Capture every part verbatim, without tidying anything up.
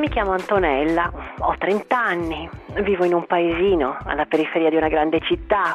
Mi chiamo Antonella, ho trenta anni, vivo in un paesino alla periferia di una grande città.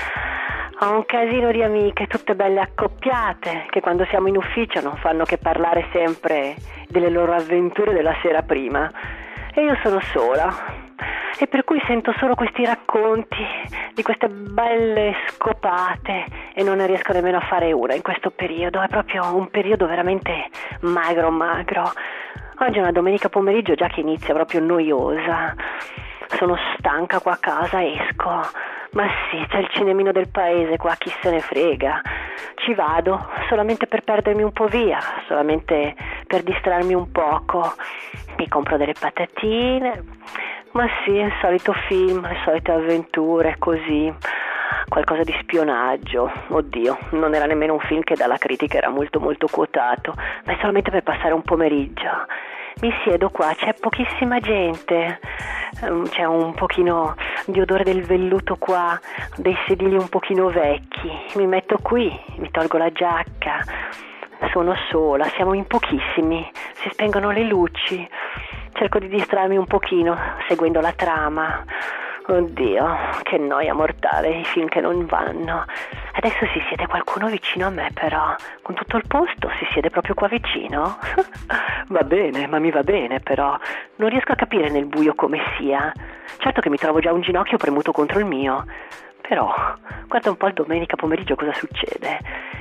Ho un casino di amiche, tutte belle accoppiate, che quando siamo in ufficio non fanno che parlare sempre delle loro avventure della sera prima. E io sono sola, e per cui sento solo questi racconti di queste belle scopate e non ne riesco nemmeno a fare una in questo periodo. È proprio un periodo veramente magro magro. Oggi è una domenica pomeriggio già che inizia proprio noiosa. Sono stanca qua a casa, esco. Ma sì, c'è il cinemino del paese qua, chi se ne frega. Ci vado solamente per perdermi un po' via, solamente per distrarmi un poco. Mi compro delle patatine. Ma sì, è il solito film, le solite avventure, così. Qualcosa di spionaggio. Oddio, non era nemmeno un film che dalla critica era molto molto quotato, ma è solamente per passare un pomeriggio. Mi siedo qua, c'è pochissima gente, c'è un pochino di odore del velluto qua, dei sedili un pochino vecchi. Mi metto qui, mi tolgo la giacca, sono sola, siamo in pochissimi, si spengono le luci. Cerco di distrarmi un pochino seguendo la trama. Oddio, che noia mortale, i film che non vanno. Adesso si siede qualcuno vicino a me, però con tutto il posto si siede proprio qua vicino. Va bene, ma mi va bene, però non riesco a capire nel buio come sia. Certo che mi trovo già un ginocchio premuto contro il mio, però guarda un po' il domenica pomeriggio cosa succede.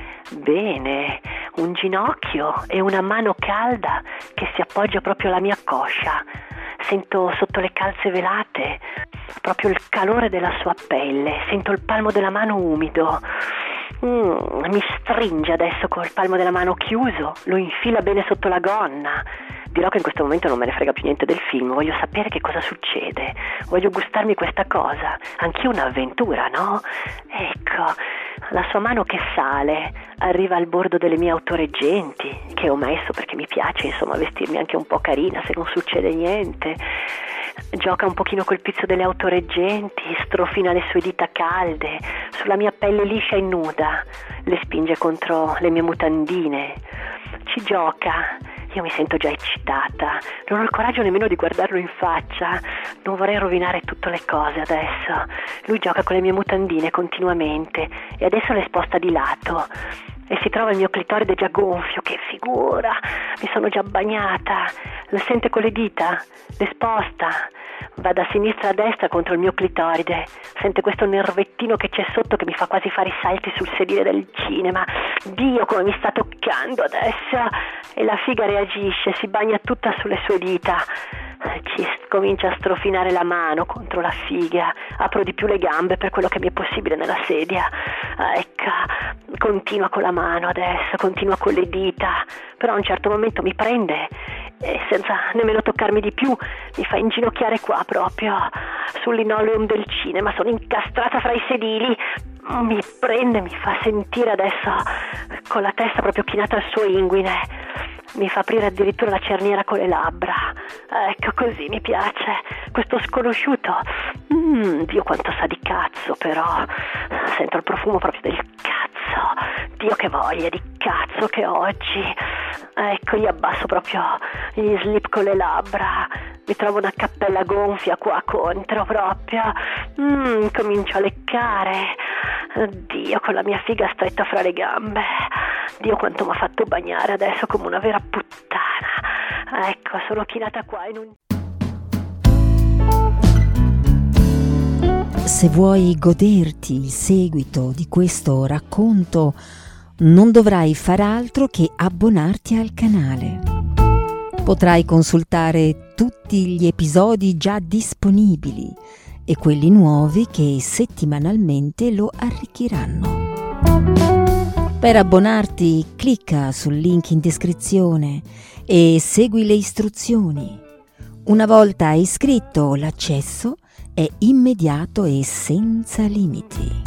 Bene, un ginocchio e una mano calda che si appoggia proprio alla mia coscia. Sento sotto le calze velate proprio il calore della sua pelle, sento il palmo della mano umido. Mm, mi stringe adesso col palmo della mano chiuso, lo infila bene sotto la gonna. Dirò che in questo momento non me ne frega più niente del film, voglio sapere che cosa succede, voglio gustarmi questa cosa, anch'io un'avventura, no? Ecco, la sua mano che sale, arriva al bordo delle mie autoreggenti, che ho messo perché mi piace, insomma, vestirmi anche un po' carina se non succede niente. Gioca un pochino col pizzo delle autoreggenti, strofina le sue dita calde sulla mia pelle liscia e nuda, le spinge contro le mie mutandine. Ci gioca. Io mi sento già eccitata, non ho il coraggio nemmeno di guardarlo in faccia, non vorrei rovinare tutte le cose adesso. Lui gioca con le mie mutandine continuamente e adesso le sposta di lato e si trova il mio clitoride già gonfio, che figura, mi sono già bagnata, lo sente con le dita, le sposta, va da sinistra a destra contro il mio clitoride, sente questo nervettino che c'è sotto che mi fa quasi fare i salti sul sedile del cinema. Dio, come mi sta toccando adesso! E la figa reagisce, si bagna tutta sulle sue dita. Ci comincia a strofinare la mano contro la figa, apro di più le gambe per quello che mi è possibile nella sedia. Ecco, continua con la mano adesso, continua con le dita, però a un certo momento mi prende e senza nemmeno toccarmi di più mi fa inginocchiare qua proprio sul linoleum del cinema, sono incastrata fra i sedili, mi prende, mi fa sentire adesso con la testa proprio chinata al suo inguine, mi fa aprire addirittura la cerniera con le labbra. Ecco, così mi piace questo sconosciuto. Mm, Dio quanto sa di cazzo, però sento il profumo proprio del cazzo. Dio che voglia di cazzo che oggi. Ecco, gli abbasso proprio gli slip con le labbra, mi trovo una cappella gonfia qua contro proprio. Mm, comincio a leccare. Dio, con la mia figa stretta fra le gambe. Dio quanto mi ha fatto bagnare adesso come una vera puttana. Ecco, sono chinata qua in un... Se vuoi goderti il seguito di questo racconto, non dovrai far altro che abbonarti al canale. Potrai consultare tutti gli episodi già disponibili e quelli nuovi che settimanalmente lo arricchiranno. Per abbonarti, clicca sul link in descrizione e segui le istruzioni. Una volta iscritto, l'accesso è immediato e senza limiti.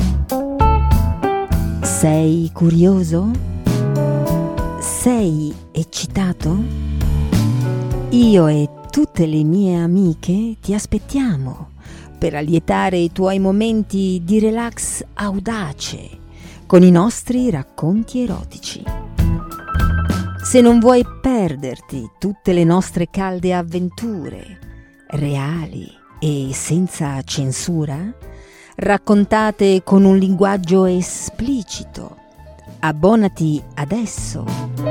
Sei curioso? Sei eccitato? Io e tutte le mie amiche ti aspettiamo per allietare i tuoi momenti di relax audace con i nostri racconti erotici. Se non vuoi perderti tutte le nostre calde avventure, reali e senza censura, raccontate con un linguaggio esplicito, abbonati adesso.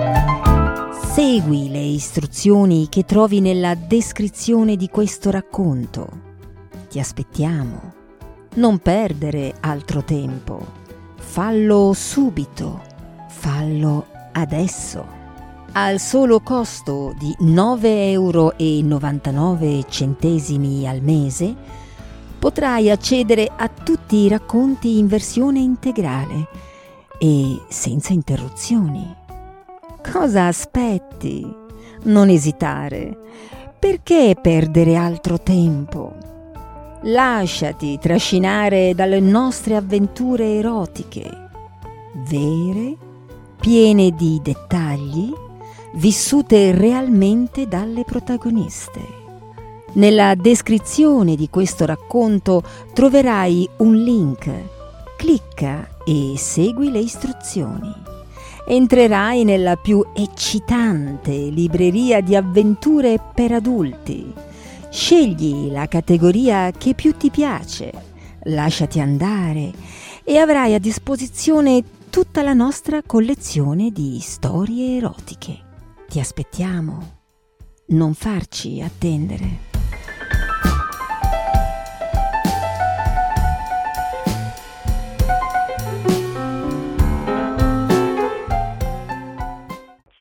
Segui le istruzioni che trovi nella descrizione di questo racconto. Ti aspettiamo. Non perdere altro tempo. Fallo subito. Fallo adesso. Al solo costo di nove euro e novantanove centesimi al mese potrai accedere a tutti i racconti in versione integrale e senza interruzioni. Cosa aspetti? Non esitare. Perché perdere altro tempo? Lasciati trascinare dalle nostre avventure erotiche, vere, piene di dettagli, vissute realmente dalle protagoniste. Nella descrizione di questo racconto troverai un link. Clicca e segui le istruzioni. Entrerai nella più eccitante libreria di avventure per adulti. Scegli la categoria che più ti piace, lasciati andare e avrai a disposizione tutta la nostra collezione di storie erotiche. Ti aspettiamo. Non farci attendere.